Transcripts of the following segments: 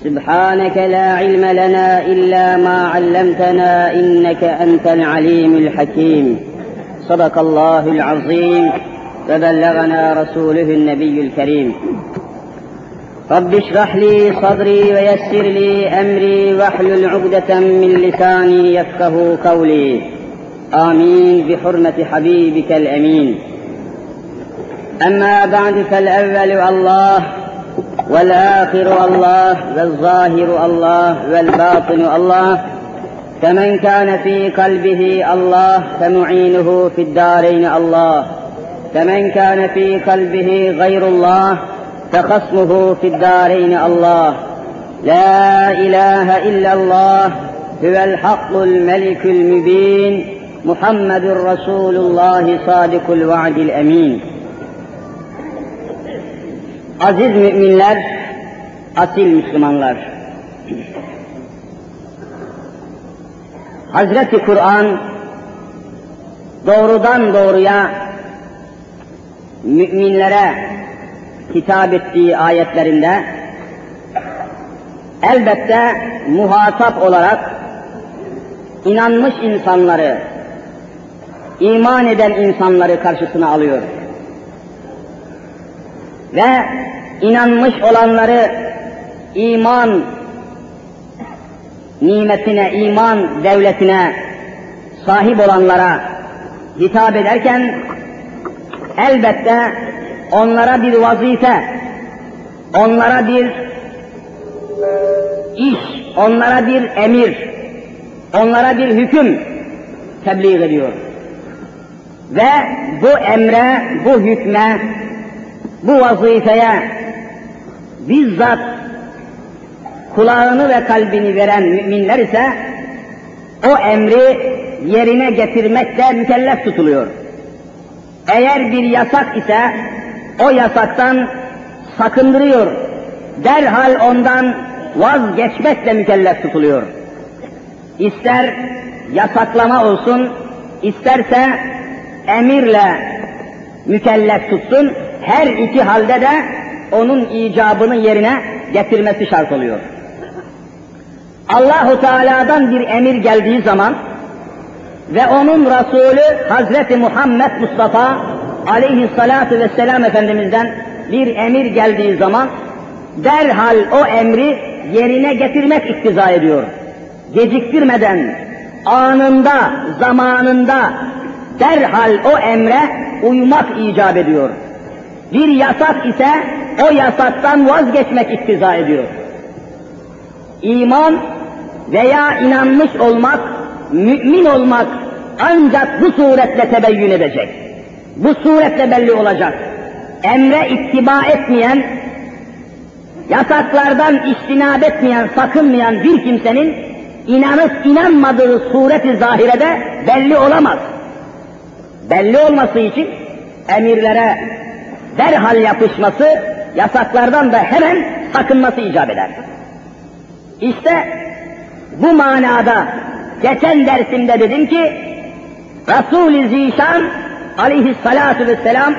سبحانك لا علم لنا إلا ما علمتنا إنك أنت العليم الحكيم صدق الله العظيم وبلغنا رسوله النبي الكريم رب اشرح لي صدري ويسر لي أمري واحلل عقدة من لساني يفقه قولي آمين بحرمة حبيبك الأمين. أما بعد فالأول الله والآخر الله والظاهر الله والباطن الله، فمن كان في قلبه الله فمعينه في الدارين الله، فمن كان في قلبه غير الله فخصمه في الدارين الله. لا إله إلا الله هو الحق الملك المبين محمد رسول الله صادق الوعد الأمين. Aziz müminler, asil Müslümanlar, Hazreti Kur'an doğrudan doğruya müminlere hitap ettiği ayetlerinde elbette muhatap olarak inanmış insanları, iman eden insanları karşısına alıyor. Ve inanmış olanları iman nimetine, iman devletine sahip olanlara hitap ederken elbette onlara bir vazife, onlara bir iş, onlara bir emir, onlara bir hüküm tebliğ ediyor. Ve bu emre, bu hükme, bu vazifeye bizzat kulağını ve kalbini veren müminler ise o emri yerine getirmekle mükellef tutuluyor. Eğer bir yasak ise o yasaktan sakındırıyor, derhal ondan vazgeçmekle mükellef tutuluyor. İster yasaklama olsun, isterse emirle mükellef tutsun, her iki halde de onun icabını yerine getirmesi şart oluyor. Allahu Teala'dan bir emir geldiği zaman ve onun Resulü Hazreti Muhammed Mustafa aleyhissalatu vesselam Efendimiz'den bir emir geldiği zaman derhal o emri yerine getirmek iktiza ediyor. Geciktirmeden, anında, zamanında derhal o emre uymak icap ediyor. Bir yasak ise o yasaktan vazgeçmek iktiza ediyor. İman veya inanmış olmak, mümin olmak ancak bu suretle tebeyyün edecek. Bu suretle belli olacak. Emre ittiba etmeyen, yasaklardan istinab etmeyen, sakınmayan bir kimsenin inanıp inanmadığı sureti zahirede belli olamaz. Belli olması için emirlere derhal yapışması, yasaklardan da hemen sakınması icap eder. İşte bu manada geçen dersimde dedim ki Resul-i Zişan aleyhissalatu vesselam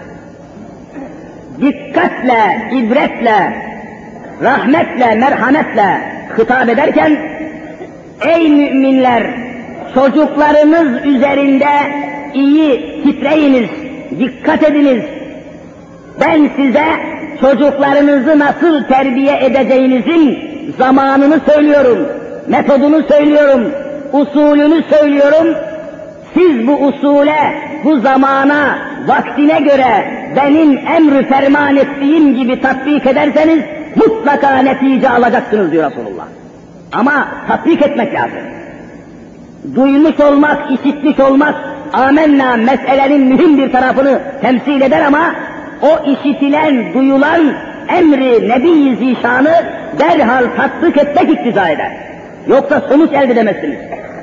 dikkatle, ibretle, rahmetle, merhametle hitap ederken ey müminler, çocuklarınız üzerinde iyi titreyiniz, dikkat ediniz. Ben size çocuklarınızı nasıl terbiye edeceğinizin zamanını söylüyorum, metodunu söylüyorum, usulünü söylüyorum. Siz bu usule, bu zamana, vaktine göre benim emri ferman ettiğim gibi tatbik ederseniz mutlaka netice alacaksınız diyor Resulullah. Ama tatbik etmek lazım. Duymuş olmak, işitmiş olmak, amenna meselenin mühim bir tarafını temsil eder ama o işitilen, duyulan emri Nebi-i Zişan'ı derhal tatbik etmek iktiza eder. Yoksa sonuç elde edemezsiniz.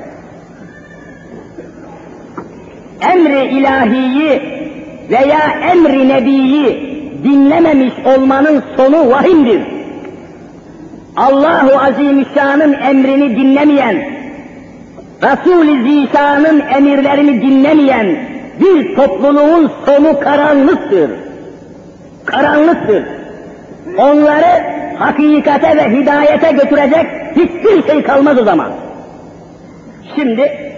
Emri ilahiyi veya emri nebiyi dinlememiş olmanın sonu vahimdir. Allahu Azimüşşan'ın emrini dinlemeyen, Resul-i Zişan'ın emirlerini dinlemeyen bir topluluğun sonu karanlıktır. Karanlıktır. Onları hakikate ve hidayete götürecek hiçbir şey kalmaz o zaman. Şimdi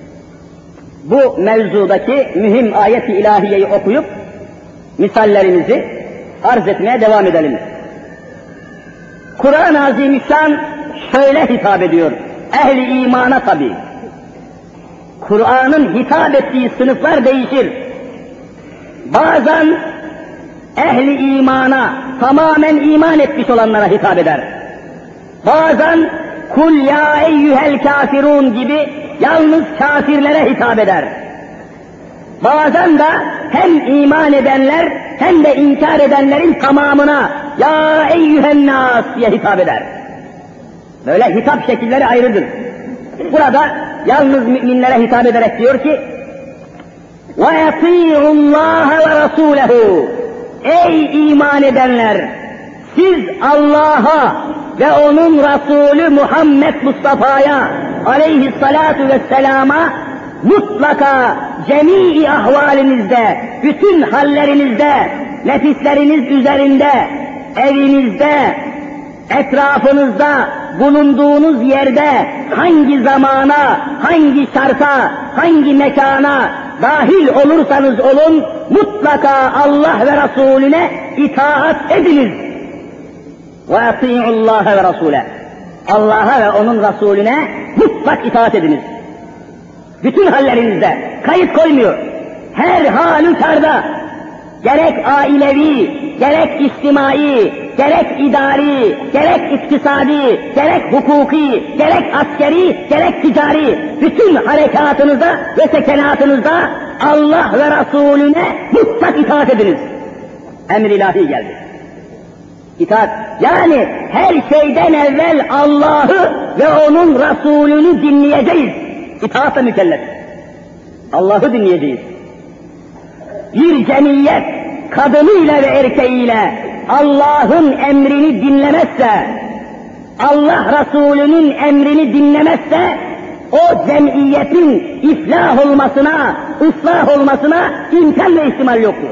bu mevzudaki mühim ayet-i ilahiyeyi okuyup misallerimizi arz etmeye devam edelim. Kur'an-ı Azimüşşan şöyle hitap ediyor, ehli imana tabi. Kur'an'ın hitap ettiği sınıflar değişir. Bazen ehli imana, tamamen iman etmiş olanlara hitap eder. Bazen kul ya eyyühel kafirun gibi yalnız kafirlere hitap eder. Bazen de hem iman edenler hem de inkar edenlerin tamamına ya eyyühen nas diye hitap eder. Böyle hitap şekilleri ayrıdır. Burada yalnız müminlere hitap ederek diyor ki وَيَطِيعُ اللّٰهَ وَرَسُولَهُ Ey iman edenler! Siz Allah'a ve onun Resulü Muhammed Mustafa'ya aleyhissalatu vesselama mutlaka cemii ahvalinizde, bütün hallerinizde, nefisleriniz üzerinde, evinizde, etrafınızda, bulunduğunuz yerde, hangi zamana, hangi şarta, hangi mekana dahil olursanız olun, mutlaka Allah ve Resulüne itaat ediniz. وَاَطِيعُ اللّٰهَ وَرَسُولَهُ Allah'a ve onun Resulüne mutlak itaat ediniz. Bütün hallerinizde, kayıt koymuyor. Her halükarda, gerek ailevi, gerek içtimai, gerek idari, gerek iktisadi, gerek hukuki, gerek askeri, gerek ticari, bütün harekatınızda ve sekenatınızda Allah ve Resulüne mutlak itaat ediniz. Emr ilahi geldi. İtaat, yani her şeyden evvel Allah'ı ve onun Resulünü dinleyeceğiz. İtaatla mükellef. Allah'ı dinleyeceğiz. Bir cemiyet kadınıyla ve erkeğiyle Allah'ın emrini dinlemezse, Allah Resulü'nün emrini dinlemezse, o cemiyetin iflah olmasına, ıslah olmasına imkan ve ihtimal yoktur.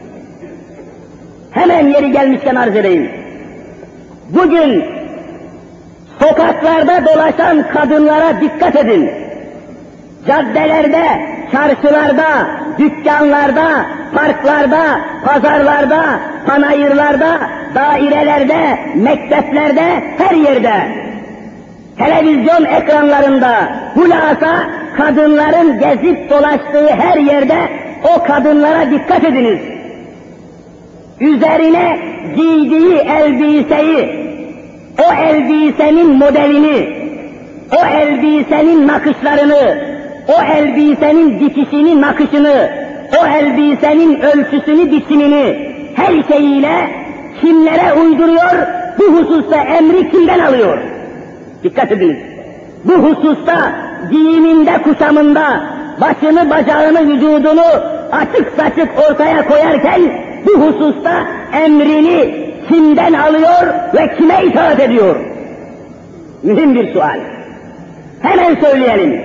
Hemen yeri gelmişken arz edeyim. Bugün sokaklarda dolaşan kadınlara dikkat edin. Caddelerde, çarşılarda, dükkanlarda, parklarda, pazarlarda, panayırlarda, dairelerde, mekteplerde, her yerde, televizyon ekranlarında, hulasa kadınların gezip dolaştığı her yerde o kadınlara dikkat ediniz. Üzerine giydiği elbiseyi, o elbisenin modelini, o elbisenin nakışlarını, o elbisenin dikişini, nakışını, o elbisenin ölçüsünü, biçimini, her şeyiyle kimlere uyduruyor, bu hususta emri kimden alıyor? Dikkat ediniz. Bu hususta giyiminde, kuşamında, başını, bacağını, vücudunu açık saçık ortaya koyarken, bu hususta emrini kimden alıyor ve kime itaat ediyor? Mühim bir sual. Hemen söyleyelim.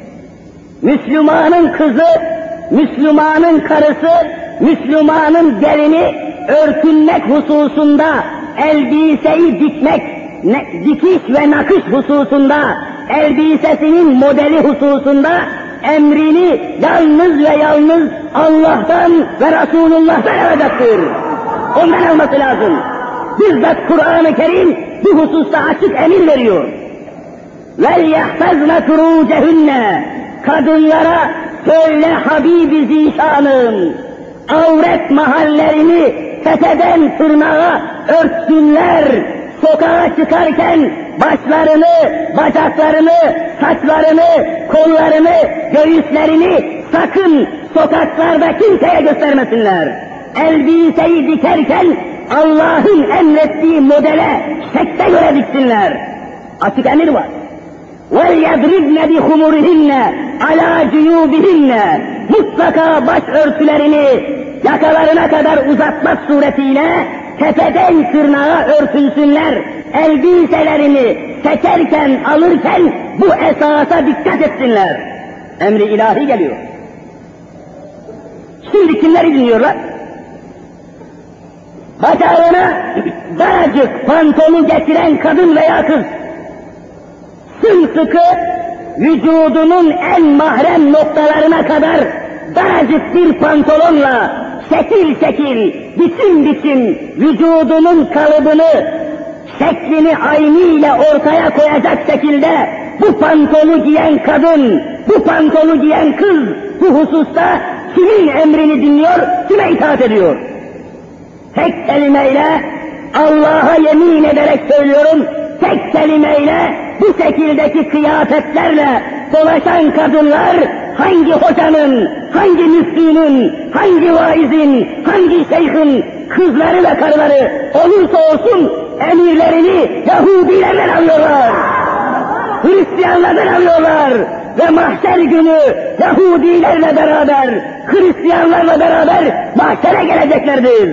Müslümanın kızı, Müslümanın karısı, Müslümanın gelini örtünmek hususunda, elbiseyi dikmek, dikiş ve nakış hususunda, elbisesinin modeli hususunda emrini yalnız ve yalnız Allah'tan ve Resulullah'tan alacaktır. Ondan alması lazım. Bizzat Kur'an-ı Kerim bu hususta açık emir veriyor. وَلْيَحْفَزْنَ فُرُوجَهُنَّ Kadınlara söyle Habibi Zişanım, avret mahallerini tepeden tırnağa örtsünler, sokağa çıkarken başlarını, bacaklarını, saçlarını, kollarını, göğüslerini sakın sokaklarda kimseye göstermesinler. Elbiseyi dikerken Allah'ın emrettiği modele, şekle göre diksinler. Açık emir var. وَلْيَضْرِبْنَ بِخُمُرِهِنَّ عَلَى جُيُوبِهِنَّ Mutlaka baş örtülerini yakalarına kadar uzatmak suretiyle tepeden tırnağa örtünsünler. Elbiselerini seçerken, alırken bu esasa dikkat etsinler. Emri ilahi geliyor. Şimdi kimleri dinliyorlar? bacağına daracık pantolonu getiren kadın veya kız, sımsıkı vücudunun en mahrem noktalarına kadar daracık bir pantolonla şekil şekil, biçim biçim vücudunun kalıbını, şeklini aynıyla ortaya koyacak şekilde bu pantolonu giyen kadın, bu pantolonu giyen kız bu hususta kimin emrini dinliyor, kime itaat ediyor? Tek kelimeyle, Allah'a yemin ederek söylüyorum, tek kelimeyle bu şekildeki kıyafetlerle dolaşan kadınlar hangi hocanın, hangi müftünün, hangi vaizin, hangi şeyhin kızları ve karıları olursa olsun emirlerini Yahudilerden alıyorlar. Hristiyanlardan alıyorlar ve mahşer günü Yahudilerle beraber, Hristiyanlarla beraber mahşere geleceklerdir.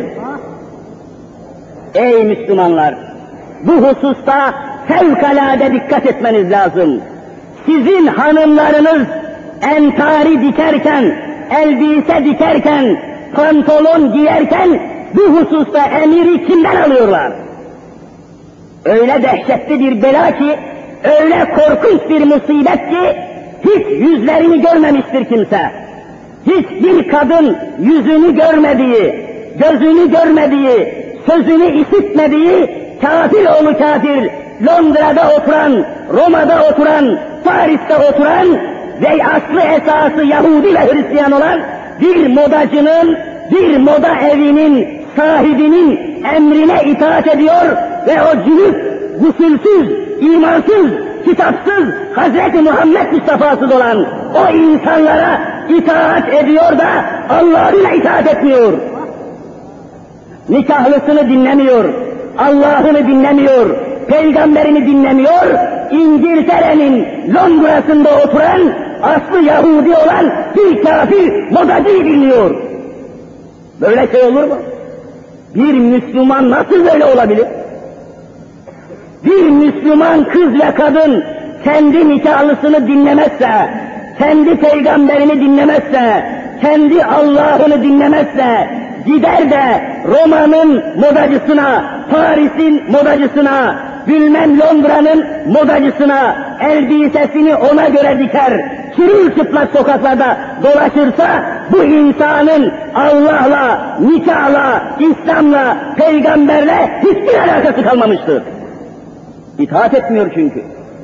Ey Müslümanlar! Bu hususta fevkalade dikkat etmeniz lazım. Sizin hanımlarınız entari dikerken, elbise dikerken, pantolon giyerken bu hususta emiri kimden alıyorlar? Öyle dehşetli bir bela ki, öyle korkunç bir musibet ki, hiç yüzlerini görmemiştir kimse. Hiçbir kadın yüzünü görmediği, gözünü görmediği, sözünü işitmediği, kafir oğlu kafir, Londra'da oturan, Roma'da oturan, Paris'te oturan ve aslı esası Yahudi ve Hristiyan olan bir modacının, bir moda evinin sahibinin emrine itaat ediyor ve o cünüp, gusülsüz, imansız, kitapsız, Hazreti Muhammed Mustafa'sız olan o insanlara itaat ediyor da Allah'ına itaat etmiyor. Nikahlısını dinlemiyor, Allah'ını dinlemiyor, peygamberini dinlemiyor, İngiltere'nin Londra'sında oturan, aslı Yahudi olan bir kafir modacıyı dinliyor. Böyle şey olur mu? Bir Müslüman nasıl böyle olabilir? Bir Müslüman kız ve kadın kendi nikahlısını dinlemezse, kendi peygamberini dinlemezse, kendi Allah'ını dinlemezse, gider de Roma'nın modacısına, Paris'in modacısına, bilmem Londra'nın modacısına elbisesini ona göre diker, çırılçıplak sokaklarda dolaşırsa, bu insanın Allah'la, nikahla, İslam'la, peygamberle hiçbir alakası kalmamıştır. İtaat etmiyor çünkü.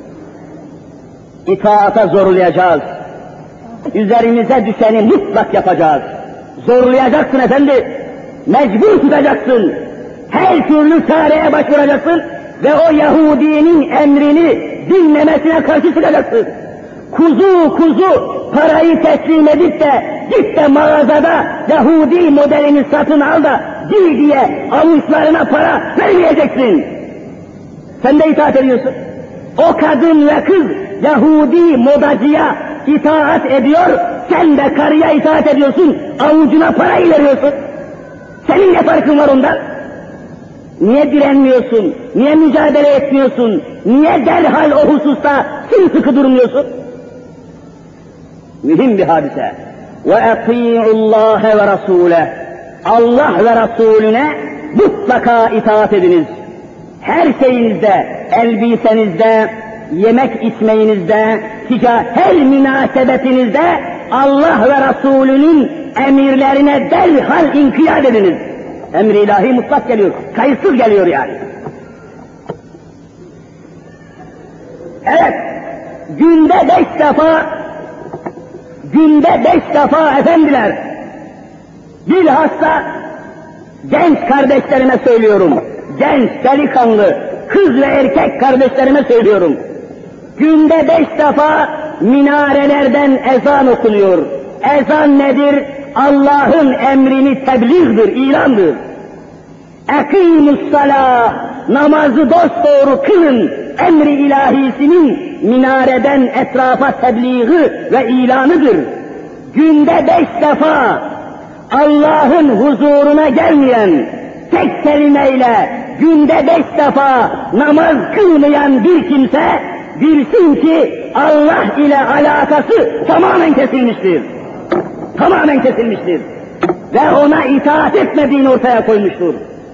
İtaata zorlayacağız. Üzerimize düşeni mutlak yapacağız. Zorlayacaksın efendi, mecbur tutacaksın. Her türlü çareye başvuracaksın ve o Yahudinin emrini dinlemesine karşı çıkacaksın. Kuzu parayı teslim edip de git de mağazada Yahudi modelini satın al da giy diye avuçlarına para vermeyeceksin. Sen de itaat ediyorsun. O kadın ve kız Yahudi modacıya itaat ediyor, sen de karıya itaat ediyorsun, avucuna para veriyorsun. Senin ne farkın var ondan? Niye direnmiyorsun? Niye mücadele etmiyorsun? Niye derhal o hususta sımsıkı durmuyorsun? Mühim bir hadise. وَاَطِيعُ اللّٰهَ وَرَسُولَهُ Allah ve Resulüne mutlaka itaat ediniz. Her şeyinizde, elbisenizde, yemek içmeyinizde, her münasebetinizde Allah ve Resulünün emirlerine derhal inkiyat ediniz. Emri ilahi mutlak geliyor, kayıtsız geliyor yani. Evet, günde 5 defa efendiler, bilhassa genç kardeşlerime söylüyorum, genç, delikanlı, kız ve erkek kardeşlerime söylüyorum, günde 5 defa minarelerden ezan okunuyor. Ezan nedir? Allah'ın emrini tebliğdir, ilandır. Ekîmus-salâh, namazı dosdoğru kılın, emri ilahisinin minareden etrafa tebliği ve ilanıdır. Günde 5 defa Allah'ın huzuruna gelmeyen, tek kelimeyle günde 5 defa namaz kılmayan bir kimse, bilsin ki Allah ile alakası tamamen kesilmiştir. Tamamen kesilmiştir. Ve ona itaat etmediğini ortaya koymuştur.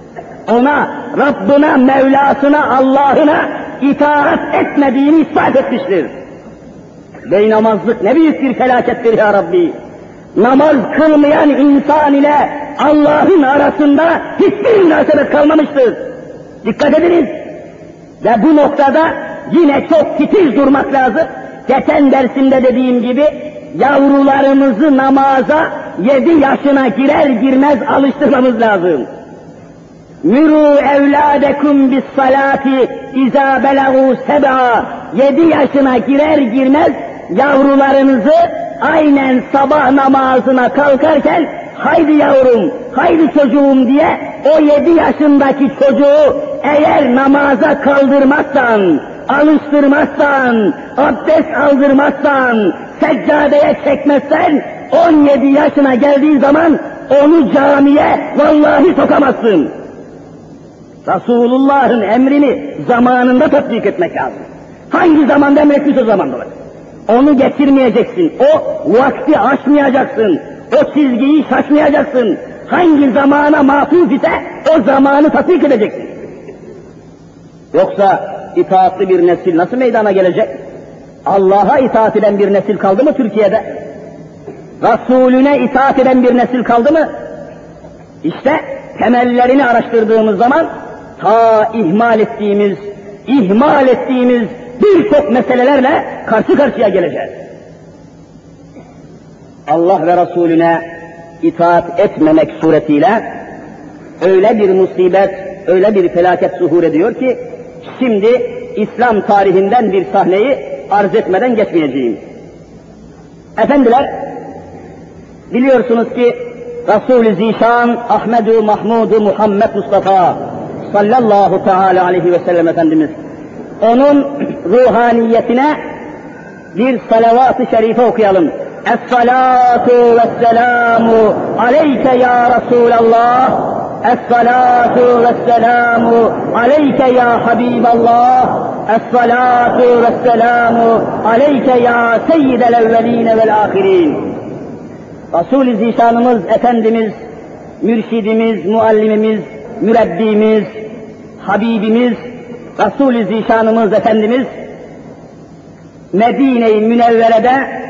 ona, Rabbına, Mevlasına, Allah'ına itaat etmediğini ispat etmiştir. Beynamazlık ne büyük bir felakettir ya Rabbi. Namaz kılmayan insan ile Allah'ın arasında hiçbir münasebet kalmamıştır. Dikkat ediniz. Ve bu noktada yine çok titiz durmak lazım. Geçen dersimde dediğim gibi yavrularımızı namaza 7 yaşına girer girmez alıştırmamız lazım. Mürû evlâdekum bis salâti izâ belagû seb'a. 7 yaşına girer girmez yavrularınızı aynen sabah namazına kalkarken haydi yavrum, haydi çocuğum diye o 7 yaşındaki çocuğu eğer namaza kaldırmazsan, alıştırmazsan, abdest aldırmazsan, seccadeye çekmezsen 17 yaşına geldiği zaman onu camiye vallahi sokamazsın. Resulullah'ın emrini zamanında tatbik etmek lazım. Hangi zamanda emretmişse o zamanda olur. Onu getirmeyeceksin, o vakti aşmayacaksın, o çizgiyi şaşmayacaksın. Hangi zamana matuf ise o zamanı tatbik edeceksin. Yoksa itaatli bir nesil nasıl meydana gelecek? Allah'a itaat eden bir nesil kaldı mı Türkiye'de? Resulüne itaat eden bir nesil kaldı mı? İşte temellerini araştırdığımız zaman ta ihmal ettiğimiz birçok meselelerle karşı karşıya geleceğiz. Allah ve Resulüne itaat etmemek suretiyle öyle bir musibet, öyle bir felaket zuhur ediyor ki şimdi İslam tarihinden bir sahneyi arz etmeden geçmeyeceğim. Efendiler, biliyorsunuz ki Resul-i Zişan Ahmedu Mahmudu Muhammed Mustafa sallallahu teala aleyhi ve sellem Efendimiz onun ruhaniyetine bir salavat-ı şerife okuyalım. Es-salatu ve's-selamu aleyke ya Resulallah. Es-salatu ve's-selamu aleyke ya Habiballah. Es-salatu ve's-selamu aleyke ya seyyidel evveline vel ahirin. Resul-i Zişanımız, Efendimiz, mürşidimiz, muallimimiz, mürebbimiz, Habibimiz, Resul-i Zişanımız, Efendimiz, Medine-i Münevvere'de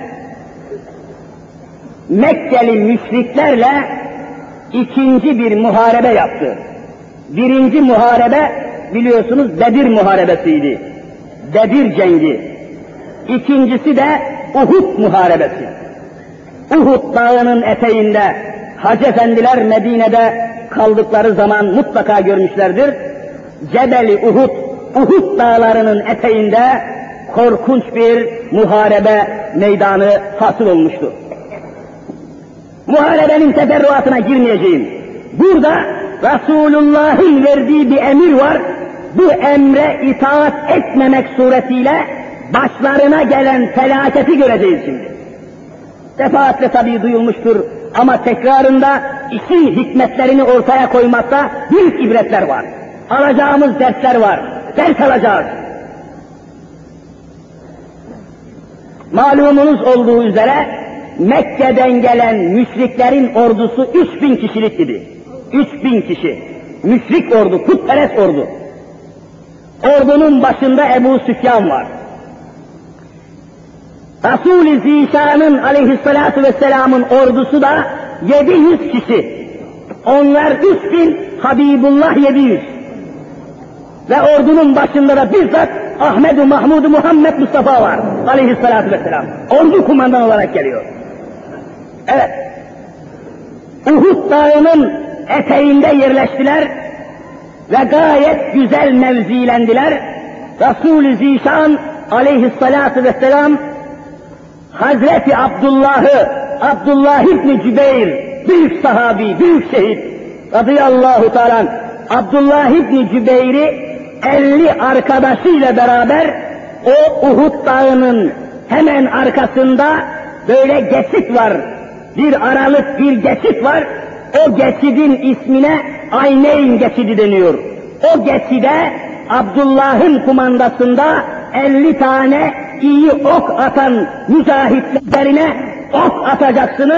Mekkeli müşriklerle ikinci bir muharebe yaptı. Birinci muharebe biliyorsunuz Bedir muharebesiydi. Bedir cengi. İkincisi de Uhud muharebesi. Uhud dağının eteğinde Hacı Efendiler Medine'de kaldıkları zaman mutlaka görmüşlerdir. Cebeli Uhud, Uhud dağlarının eteğinde korkunç bir muharebe meydanı hasıl olmuştu. Muharebenin teferruatına girmeyeceğim. Burada Resulullah'ın verdiği bir emir var. Bu emre itaat etmemek suretiyle başlarına gelen felaketi göreceğiz şimdi. Defaatle tabii duyulmuştur ama tekrarında işin hikmetlerini ortaya koymakta büyük ibretler var. Alacağımız dersler var. Ders alacağız. Malumunuz olduğu üzere Mekke'den gelen müşriklerin ordusu 3000 kişilik idi. 3000 kişi. Müşrik ordu, putperest ordu. Ordunun başında Ebu Süfyan var. Resul-i Zişan'ın aleyhissalatu vesselamın ordusu da 700 kişi. Onlar 3000, Habibullah 700. Ve ordunun başında da bizzat Ahmedu Mahmudu Muhammed Mustafa var aleyhissalatu vesselam. Ordu kumandan olarak geliyor. Evet. Uhud dağının eteğinde yerleştiler ve gayet güzel mevzilendiler. Resul-i Zişan aleyhissalatu vesselam Hazreti Abdullah İbni Cübeyr, büyük sahabi, büyük şehit radıyallahu teala Abdullah İbni Cübeyr'i 50 arkadaşıyla beraber o Uhud dağının hemen arkasında böyle geçit var. Bir aralık bir geçit var. O geçidin ismine Ayneyn geçidi deniyor. O geçide Abdullah'ın kumandasında 50 tane iyi ok atan mücahitlerine ok atacaksınız.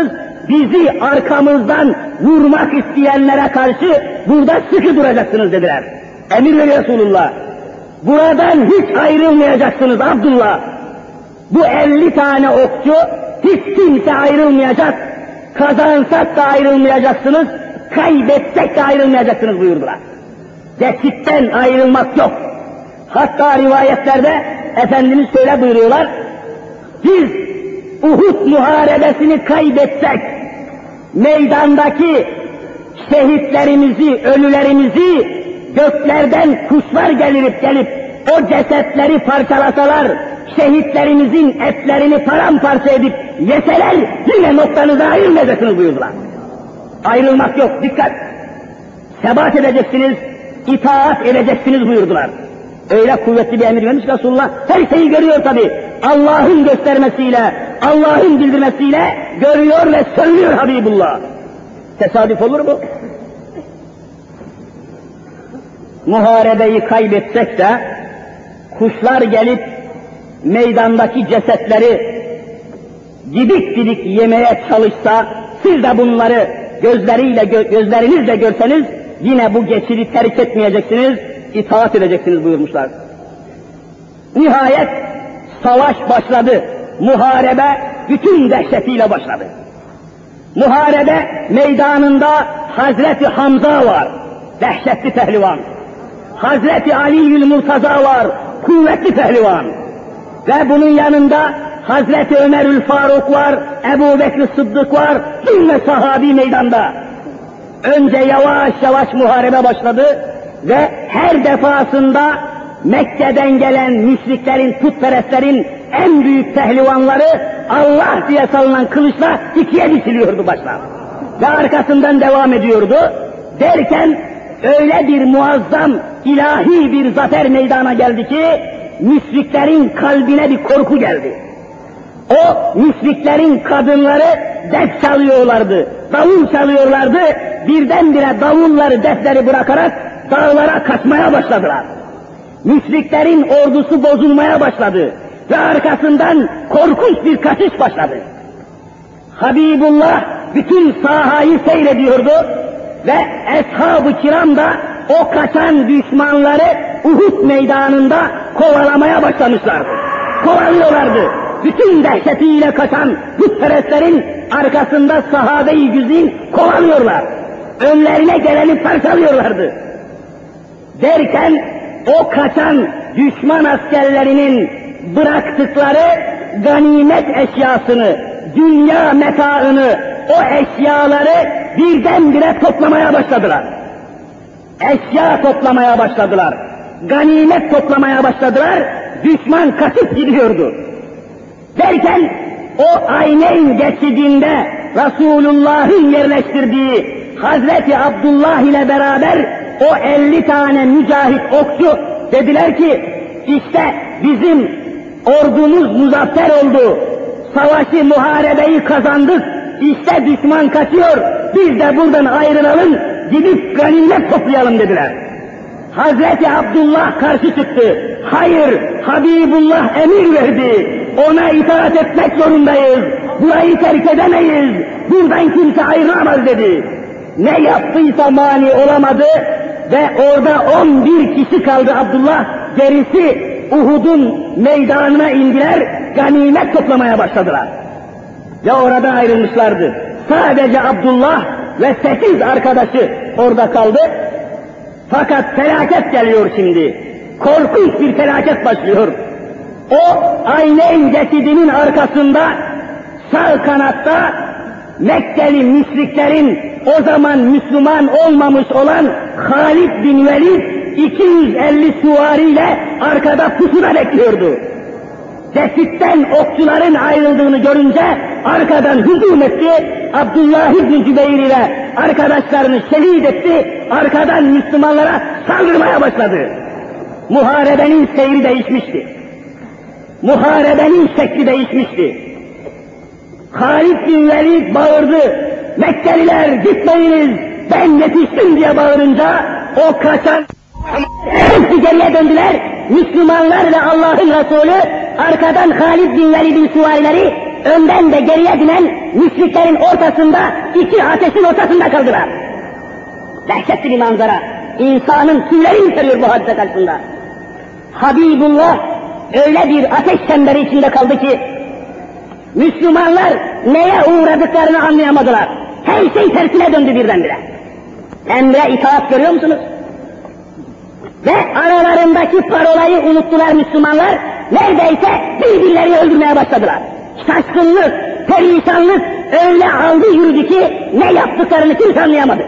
bizi arkamızdan vurmak isteyenlere karşı burada sıkı duracaksınız dediler. Emir veriyor Resulullah. Buradan hiç ayrılmayacaksınız Abdullah. Bu 50 tane okçu hiç kimse ayrılmayacak. Kazansak da ayrılmayacaksınız, kaybetsek de ayrılmayacaksınız buyurdular. Geçitten ayrılmak yok. Hatta rivayetlerde Efendimiz şöyle buyuruyorlar. Biz Uhud muharebesini kaybetsek, meydandaki şehitlerimizi, ölülerimizi göklerden kuşlar gelip o cesetleri parçalasalar, şehitlerimizin etlerini paramparça edip yeseler yine noktanıza ayrılmayacaksınız buyurdular. Ayrılmak yok, dikkat! Sebat edeceksiniz, itaat edeceksiniz buyurdular. Öyle kuvvetli bir emir vermiş Resulullah, her şeyi görüyor tabi. Allah'ın göstermesiyle, Allah'ın bildirmesiyle görüyor ve söylüyor Habibullah. Tesadüf olur mu? Muharebeyi kaybetsek de, kuşlar gelip meydandaki cesetleri didik didik yemeye çalışsa, siz de bunları gözlerinizle görseniz, yine bu geçidi terk etmeyeceksiniz, itaat edeceksiniz buyurmuşlar. Nihayet savaş başladı. Muharebe bütün dehşetiyle başladı. Muharebe meydanında Hazreti Hamza var, dehşetli pehlivan. Hazreti Ali'ül Murtaza var, kuvvetli pehlivan. Ve bunun yanında Hazreti Ömerül Faruk var, Ebu Bekir Sıddık var, cümle sahabi meydanda. Önce yavaş yavaş muharebe başladı ve her defasında Mekke'den gelen müşriklerin, putperestlerin en büyük pehlivanları Allah diye salınan kılıçla ikiye dikiliyordu başlar. Ve arkasından devam ediyordu. Derken öyle bir muazzam, ilahi bir zafer meydana geldi ki, müşriklerin kalbine bir korku geldi. O müşriklerin kadınları def çalıyorlardı, davul çalıyorlardı, birdenbire davulları, defleri bırakarak dağlara kaçmaya başladılar. Müşriklerin ordusu bozulmaya başladı ve arkasından korkunç bir kaçış başladı. Habibullah bütün sahayı seyrediyordu ve Eshab-ı Kiram da o kaçan düşmanları Uhud meydanında kovalamaya başlamışlardı. Kovalıyorlardı. Bütün dehşetiyle kaçan putperestlerin arkasında sahabe-i güzin kovalıyorlar. Önlerine geleni parçalıyorlardı. Derken o kaçan düşman askerlerinin bıraktıkları ganimet eşyasını, dünya metaını, o eşyaları birdenbire toplamaya başladılar. Eşya toplamaya başladılar. Ganimet toplamaya başladılar. Düşman kaçıp gidiyordu. Derken o Ayneyn geçidinde Resulullah'ın yerleştirdiği Hazreti Abdullah ile beraber o 50 tane mücahit okçu dediler ki, işte bizim ordumuz muzaffer oldu, savaşı, muharebeyi kazandık, işte düşman kaçıyor, biz de buradan ayrılalım, gidip ganimet toplayalım dediler. Hazreti Abdullah karşı çıktı. Hayır, Habibullah emir verdi, ona itaat etmek zorundayız, burayı terk edemeyiz, buradan kimse ayrılamaz dedi. Ne yaptıysa mani olamadı ve orada 11 kişi kaldı Abdullah, gerisi Uhud'un meydanına indiler, ganimet toplamaya başladılar. Ve orada ayrılmışlardı. Sadece Abdullah ve 8 arkadaşı orada kaldı. Fakat felaket geliyor şimdi. Korkunç bir felaket başlıyor. O Ayneyn geçidinin arkasında sağ kanatta Mekkeli müşriklerin o zaman Müslüman olmamış olan Halid bin Velid 250 süvariyle arkada pusuda bekliyordu. Geçitten okçuların ayrıldığını görünce arkadan hücum etti, Abdullah İbni Cübeyr ile arkadaşlarını şehit etti, arkadan Müslümanlara saldırmaya başladı. Muharebenin seyri değişmişti. Muharebenin şekli değişmişti. Halid bin Velid bağırdı, Mekkeliler gitmeyiniz, ben yetiştim diye bağırınca o kaçan hepsi geriye döndüler. Müslümanlar ve Allah'ın Resulü arkadan Halid bin Velid'in süvarileri önden de geriye giden müşriklerin ortasında, iki ateşin ortasında kaldılar. Dehşetli bir manzara. İnsanın tüyleri ürperiyor bu hadise karşısında. Habibullah öyle bir ateş çemberi içinde kaldı ki, Müslümanlar neye uğradıklarını anlayamadılar. Her şey tersine döndü birdenbire. Emre itaat görüyor musunuz? Ve aralarındaki parolayı unuttular Müslümanlar, neredeyse birbirlerini öldürmeye başladılar. Şaşkınlık, perişanlık öyle aldı yürüdü ki ne yaptıklarını kimse anlayamadı.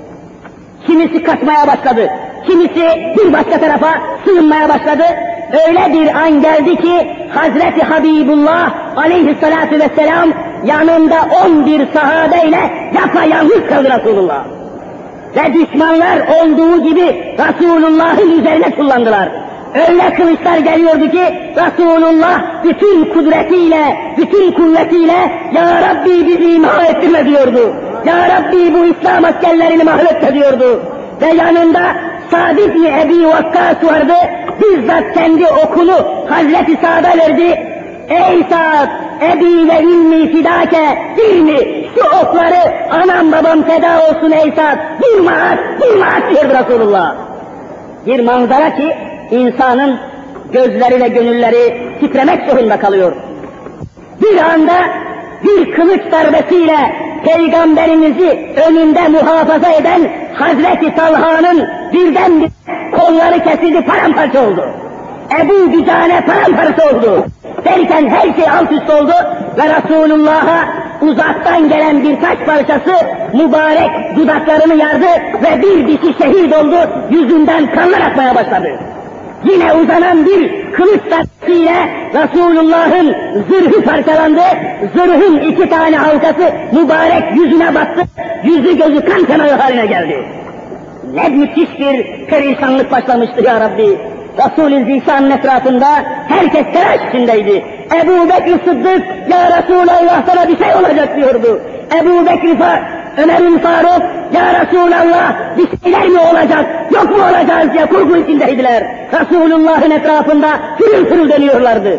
Kimisi kaçmaya başladı, kimisi bir başka tarafa sığınmaya başladı. Öyle bir an geldi ki Hazreti Habibullah aleyhissalatu vesselam yanında 11 sahabeyle yapayalnız kaldı Resulullah. Ve düşmanlar olduğu gibi Resulullah'ın üzerine kullandılar. Öyle kılıçlar geliyordu ki Resulullah bütün kudretiyle, bütün kuvvetiyle "Ya Rabbi bizi imha ettirme" diyordu. "Ya Rabbi bu İslam askerlerini mahvetme" diyordu. Ve yanında Sa'd ibn Ebi Vakkas vardı, bizzat kendi okunu Hazreti Sa'd'a verdi. "Ey Sa'd, Ebi ve ümmi fidake, dirmi, şu okları anam babam feda olsun ey Sa'd, durma at, durma at" diyordu Resulullah. Bir manzara ki insanın gözleri ve gönülleri titremek zorunda kalıyor. Bir anda bir kılıç darbesiyle Peygamberimizi önünde muhafaza eden Hazreti Talha'nın birdenbire kolları kesildi, paramparça oldu. Ebu Dücane paramparça oldu. Derken her şey alt üst oldu ve Resulullah'a uzaktan gelen bir taş parçası mübarek dudaklarını yardı ve bir dişi şehit oldu, yüzünden kanlar akmaya başladı. Yine uzanan bir kılıç darbesiyle Resulullah'ın zırhı parçalandı, zırhın 2 tane halkası mübarek yüzüne battı, yüzü gözü kan kanağı haline geldi. Ne müthiş bir perişanlık başlamıştı ya Rabbi. Resul-i Zişan'ın etrafında herkes telaş içindeydi. Ebu Bekir Sıddık, "Ya Resulallah sana bir şey olacak" diyordu. Ebu Bekir Ömer'in Faruk, "Ya Resulallah bir şeyler mi olacak, yok mu olacağız" diye korku içindeydiler. Resulullah'ın etrafında pırıl pırıl dönüyorlardı.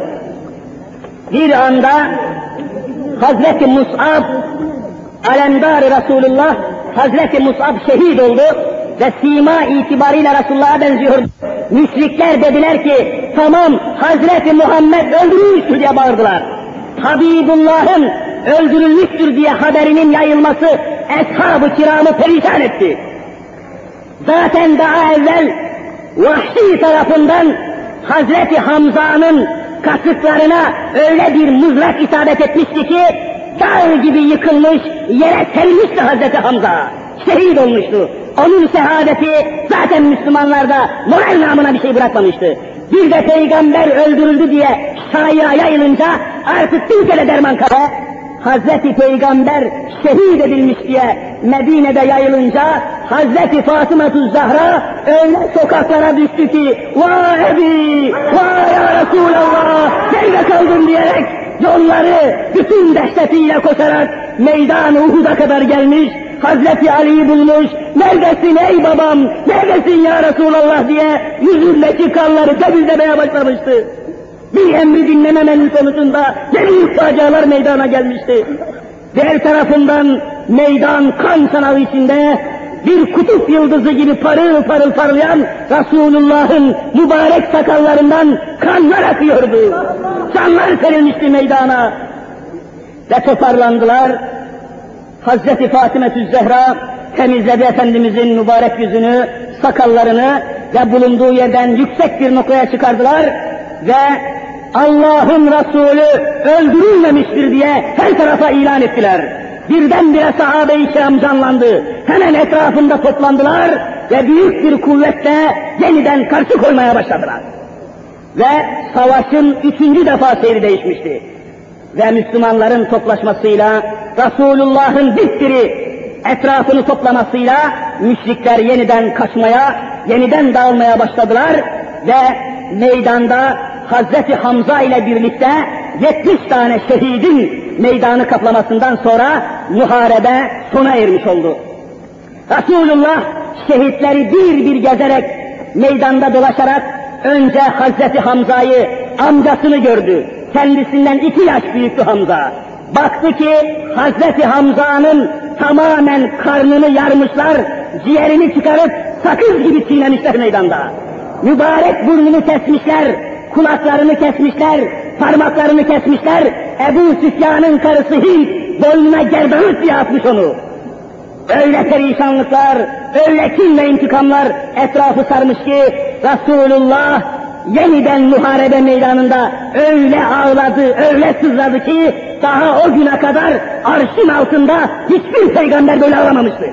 Bir anda Hazreti Mus'ab, alemdar Resulullah, Hazreti Mus'ab şehit oldu ve sima itibariyle Resulullah'a benziyordu. Müşrikler dediler ki, "Tamam, Hazreti Muhammed öldürülmüştür" diye bağırdılar. Habibullah'ın öldürülmüştür diye haberinin yayılması Eshab-ı Kiram'ı perişan etti. Zaten daha evvel Vahşi tarafından Hazreti Hamza'nın kasıklarına öyle bir mızrak isabet etmişti ki dağ gibi yıkılmış, yere serilmişti Hazreti Hamza. Şehit olmuştu. Onun şehadeti zaten Müslümanlarda moral namına bir şey bırakmamıştı. Bir de Peygamber öldürüldü diye şaia yayılınca artık kimsede derman kalmadı. Hazreti Peygamber şehit edilmiş diye Medine'de yayılınca Hazreti Fatıma-tü Zahra öyle sokaklara düştü ki "Vay Ebi, vay ya Resulallah, nerede kaldın" diyerek yolları bütün dehşetiyle koşarak meydan-ı Uhud'a kadar gelmiş, Hazreti Ali'yi bulmuş, "Neredesin ey babam, neredesin ya Resulallah" diye yüzündeki kanları temizlemeye başlamıştı. Bir emri dinlememenin sonucunda ne büyük facialar meydana gelmişti. Diğer tarafından meydan kan çanağı içinde bir kutup yıldızı gibi parıl parıl parlayan Resulullah'ın mübarek sakallarından kanlar akıyordu. Canlar serilmişti meydana. Ve toparlandılar. Hazreti Fatıma-tü Zehra temizledi Efendimizin mübarek yüzünü, sakallarını ve bulunduğu yerden yüksek bir noktaya çıkardılar ve Allah'ın Resulü öldürülmemiştir diye her tarafa ilan ettiler. Birdenbire sahabe-i kiram canlandı. Hemen etrafında toplandılar ve büyük bir kuvvetle yeniden karşı koymaya başladılar. Ve savaşın 3. defa seyri değişmişti. Ve Müslümanların toplaşmasıyla, Resulullah'ın dipdiri etrafını toplamasıyla müşrikler yeniden kaçmaya, yeniden dağılmaya başladılar ve meydanda Hazreti Hamza ile birlikte 70 tane şehidin meydanı kaplamasından sonra muharebe sona ermiş oldu. Resulullah şehitleri bir bir gezerek, meydanda dolaşarak önce Hazreti Hamza'yı, amcasını gördü. kendisinden 2 yaş büyüktü Hamza. Baktı ki Hazreti Hamza'nın tamamen karnını yarmışlar, ciğerini çıkarıp sakız gibi çiğnemişler meydanda. Mübarek burnunu kesmişler, kulaklarını kesmişler, parmaklarını kesmişler. Ebu Süfyan'ın karısı Hind boynuna gerdanlık diye atmış onu. Öyle perişanlıklar, öyle kin ve intikamlar etrafı sarmış ki Resulullah yeniden muharebe meydanında öyle ağladı, öyle sızladı ki daha o güne kadar arşın altında hiçbir peygamber böyle ağlamamıştı.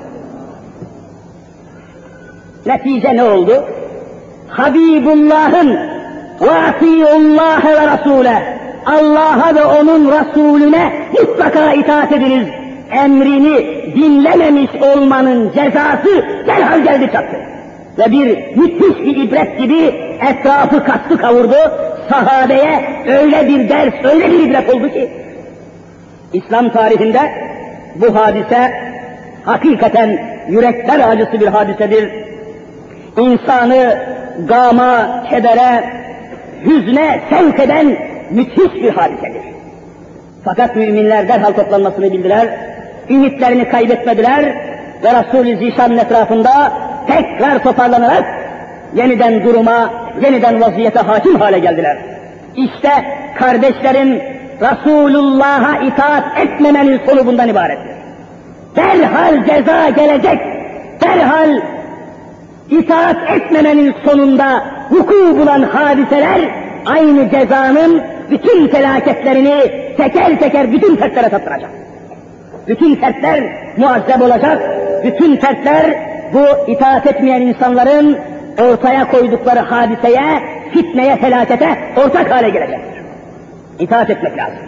Netice ne oldu? Habibullah'ın ve atiyullah ve Resul'e, Allah'a ve onun Resulüne mutlaka itaat ediniz emrini dinlememiş olmanın cezası derhal geldi çattı. Ve bir müthiş bir ibret gibi etrafı kastı kavurdu, sahabeye öyle bir ders, öyle bir ibret oldu ki, İslam tarihinde bu hadise hakikaten yürekler acısı bir hadisedir. İnsanı gama, kedere, hüzne sevk eden müthiş bir hadisedir. Fakat müminler derhal toplanmasını bildiler, ümitlerini kaybetmediler ve Resul-i Zişan'ın etrafında tekrar toparlanarak yeniden duruma, yeniden vaziyete hakim hale geldiler. İşte kardeşlerim, Resulullah'a itaat etmemenin sonu bundan ibarettir. Derhal ceza gelecek, derhal itaat etmemenin sonunda vuku bulan hadiseler aynı cezanın bütün felaketlerini teker teker bütün fertlere tattıracak. Bütün fertler muazzeb olacak, bütün fertler bu itaat etmeyen insanların ortaya koydukları hadiseye, fitneye, felakete ortak hale gelecektir. İtaat etmek lazım.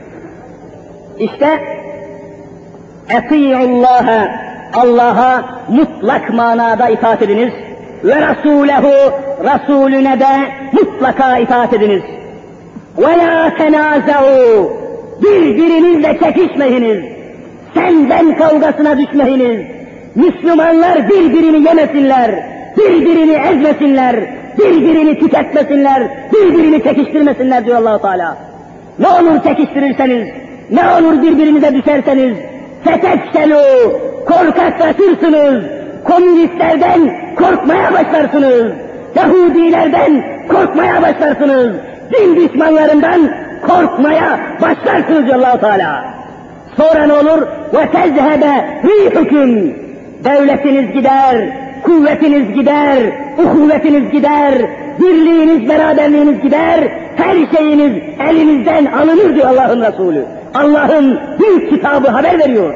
İşte Eti'ullâhe, Allah'a mutlak manada itaat ediniz ve Resûlehu, Resulüne de mutlaka itaat ediniz. Ve lâ tenâzeû, birbirinizle çekişmeyiniz, sen ben kavgasına düşmeyiniz. Müslümanlar birbirini yemesinler, birbirini ezmesinler, birbirini tüketmesinler, birbirini çekiştirmesinler diyor Allah-u Teala. Ne olur çekiştirirseniz, ne olur birbirinize düşerseniz, fetefşelû, korkaklaşırsınız, komünistlerden korkmaya başlarsınız, Yahudilerden korkmaya başlarsınız, din düşmanlarından korkmaya başlarsınız diyor Allah-u Teala. Sonra ne olur? وَتَذْهَبَ رِيحُكُمْ, devletiniz gider, kuvvetiniz gider, uhuvvetiniz gider, birliğiniz, beraberliğiniz gider, her şeyiniz elinizden alınır diyor Allah'ın Resulü. Allah'ın büyük kitabı haber veriyor.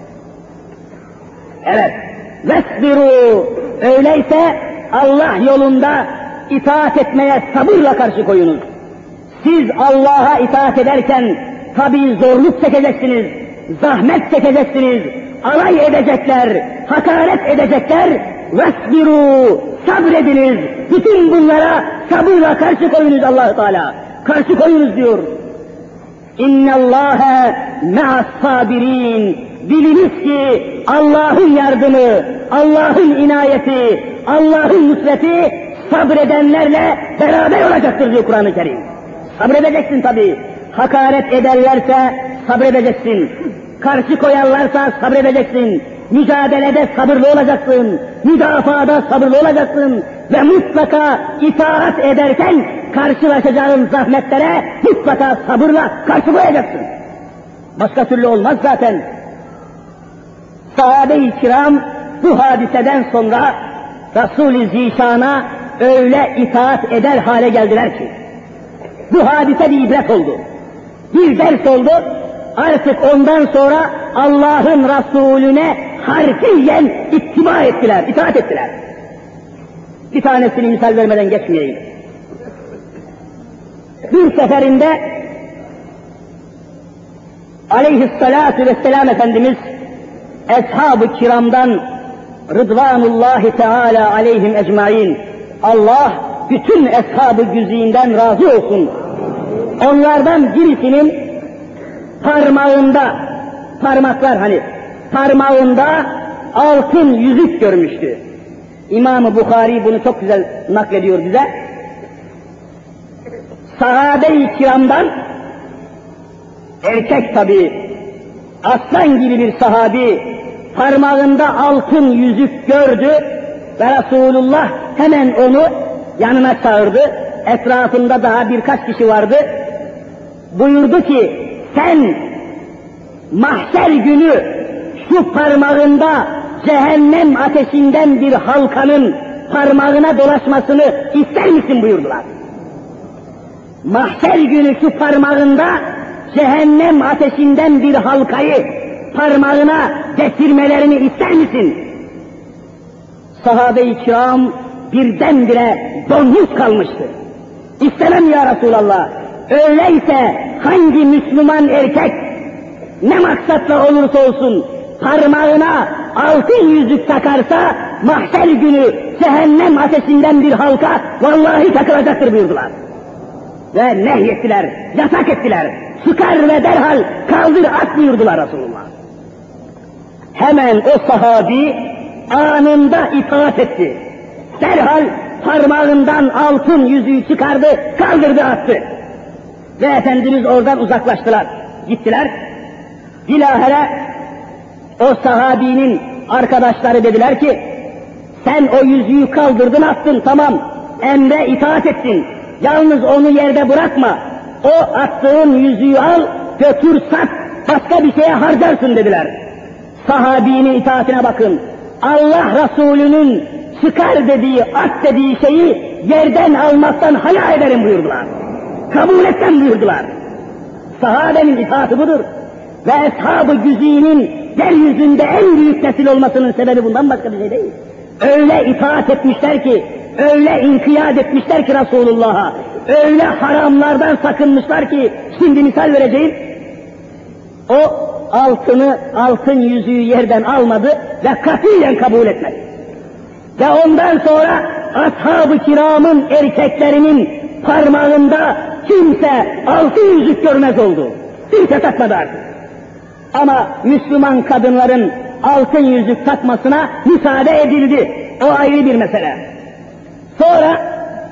Evet, وَاسْبِرُوا, öyleyse Allah yolunda itaat etmeye sabırla karşı koyunuz. Siz Allah'a itaat ederken tabii zorluk çekeceksiniz, zahmet çekeceksiniz, alay edecekler, hakaret edecekler. وَاسْبِرُوا, sabrediniz. Bütün bunlara sabırla karşı koyunuz Allah-u Teala. Karşı koyunuz diyor. اِنَّ اللّٰهَ مَعَ الصَّابِرِينَ, biliniz ki Allah'ın yardımı, Allah'ın inayeti, Allah'ın nusreti sabredenlerle beraber olacaktır diyor Kur'an-ı Kerim. Sabredeceksin tabii. Hakaret ederlerse sabredeceksin. Karşı koyarlarsa sabredeceksin. Mücadelede sabırlı olacaksın. Müdafaada sabırlı olacaksın. Ve mutlaka itaat ederken karşılaşacağın zahmetlere mutlaka sabırla karşı koyacaksın. Başka türlü olmaz zaten. Sahabe-i kiram bu hadiseden sonra Resul-i Zişan'a öyle itaat eder hale geldiler ki, bu hadise bir ibret oldu, bir ders oldu. Artık ondan sonra Allah'ın Resulüne harfiyen ittiba ettiler, itaat ettiler. Bir tanesini misal vermeden geçmeyeyim. Bir seferinde aleyhissalâtu vesselâm Efendimiz Eshab-ı kiramdan Rıdvanullahi Teala aleyhim ecmaîn, Allah bütün eshab-ı güzînden razı olsun, onlardan birisinin parmağında, parmaklar hani, parmağında altın yüzük görmüştü. İmam-ı Bukhari bunu çok güzel naklediyor bize. sahabe-i kiramdan, erkek tabi, aslan gibi bir sahabi, parmağında altın yüzük gördü ve Resulullah hemen onu yanına çağırdı. Etrafında daha birkaç kişi vardı. Buyurdu ki, sen mahşer günü şu parmağında cehennem ateşinden bir halkanın parmağına dolaşmasını ister misin buyurdular. Mahşer günü şu parmağında cehennem ateşinden bir halkayı parmağına geçirmelerini ister misin? Sahabe-i kiram birdenbire donmuş kalmıştı. İstemem ya Resulallah. Öyleyse hangi Müslüman erkek ne maksatla olursa olsun parmağına altın yüzük takarsa mahşer günü cehennem ateşinden bir halka vallahi takılacaktır buyurdular. Ve nehyettiler, yasak ettiler. Çıkar ve derhal kaldır at buyurdular Resulullah. Hemen o sahabi anında itaat etti. Derhal parmağından altın yüzüğü çıkardı, kaldırdı attı. Ve Efendimiz oradan uzaklaştılar. Gittiler. Bilahare o sahabinin arkadaşları dediler ki, sen o yüzüğü kaldırdın attın, tamam, emre itaat ettin. Yalnız onu yerde bırakma. O attığın yüzüğü al, götür sat, başka bir şeye harcarsın dediler. Sahabinin itaatine bakın. Allah Resulü'nün çıkar dediği, at dediği şeyi yerden almaktan haya ederim buyurdular. Kabul etmem buyurdular. Sahabenin itaati budur. Ve Eshab-ı Güzi'nin yeryüzünde en büyük nesil olmasının sebebi bundan başka bir şey değil. Öyle itaat etmişler ki, öyle inkiyat etmişler ki Resulullah'a, öyle haramlardan sakınmışlar ki, şimdi misal vereceğim, o altın yüzüğü yerden almadı ve katiyen kabul etmedi. Ve ondan sonra ashab-ı kiramın erkeklerinin parmağında kimse altın yüzük görmez oldu. Kimse takmadı artık. Ama Müslüman kadınların altın yüzük takmasına müsaade edildi. O ayrı bir mesele. Sonra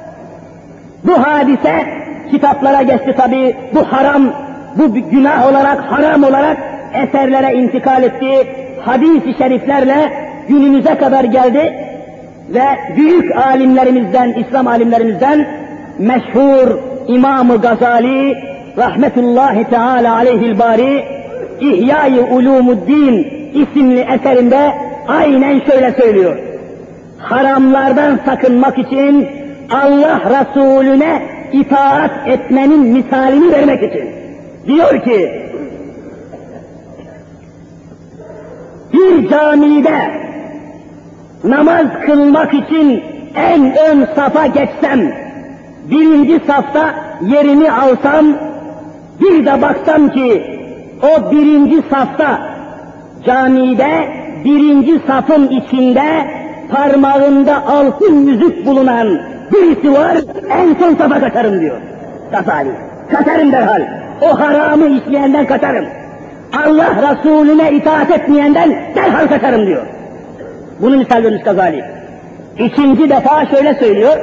bu hadise kitaplara geçti tabii. Bu haram, bu günah olarak, haram olarak eserlere intikal etti. Hadis-i şeriflerle günümüze kadar geldi ve büyük alimlerimizden, İslam alimlerimizden meşhur İmam-ı Gazali rahmetullahi teala aleyhil bari İhya-i Ulumuddin isimli eserinde aynen şöyle söylüyor. Haramlardan sakınmak için Allah Resulüne itaat etmenin misalini vermek için. Diyor ki, bir camide namaz kılmak için en ön safa geçsem, birinci safta yerimi alsam, bir de baksam ki o birinci safta camide birinci safın içinde parmağında altın yüzük bulunan birisi var, en son safa kaçarım diyor. Gazali. Kaçarım derhal. O haramı işleyenden kaçarım. Allah Resulüne itaat etmeyenden derhal kaçarım diyor. Bunu misal vermiş Gazali. İkinci defa şöyle söylüyor.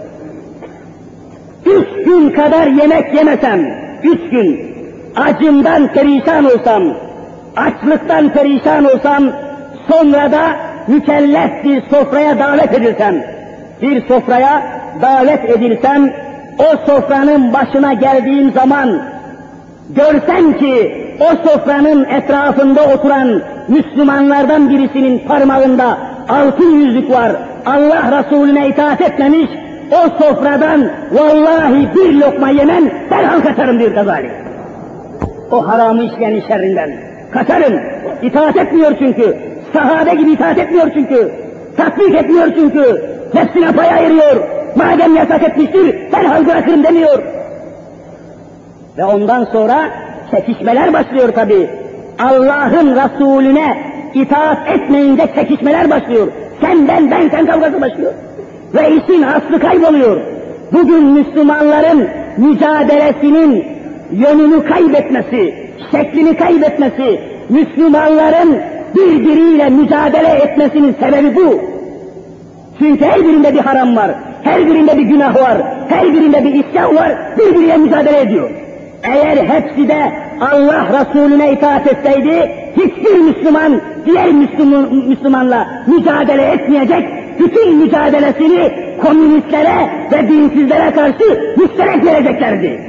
3 gün kadar yemek yemesem, 3 gün acımdan perişan olsam, açlıktan perişan olsam, sonra da mükellef bir sofraya davet edilsem, bir sofraya davet edilsem, o sofranın başına geldiğim zaman, görsem ki o sofranın etrafında oturan Müslümanlardan birisinin parmağında altın yüzük var, Allah Resulüne itaat etmemiş, o sofradan vallahi bir lokma yemem, derhal kaçarım diyor Gazali. O haramı işleyenin şerrinden kaçarım. İtaat etmiyor çünkü, sahabe gibi itaat etmiyor çünkü, tatbik etmiyor çünkü, nefsine pay ayırıyor, madem yasak etmiştir, derhal bırakırım demiyor. Ve ondan sonra çekişmeler başlıyor tabi. Allah'ın Resulüne itaat etmeyince çekişmeler başlıyor. Senden ben kavgası başlıyor. Ve işin aslı kayboluyor. Bugün Müslümanların mücadelesinin yönünü kaybetmesi, şeklini kaybetmesi, Müslümanların birbiriyle mücadele etmesinin sebebi bu. Çünkü her birinde bir haram var, her birinde bir günah var, her birinde bir isyan var, birbiriyle mücadele ediyor. Eğer hepsi de Allah Resulüne itaat etseydi, hiçbir Müslüman diğer Müslümanla mücadele etmeyecek, bütün mücadelesini komünistlere ve dinsizlere karşı müşterek vereceklerdi.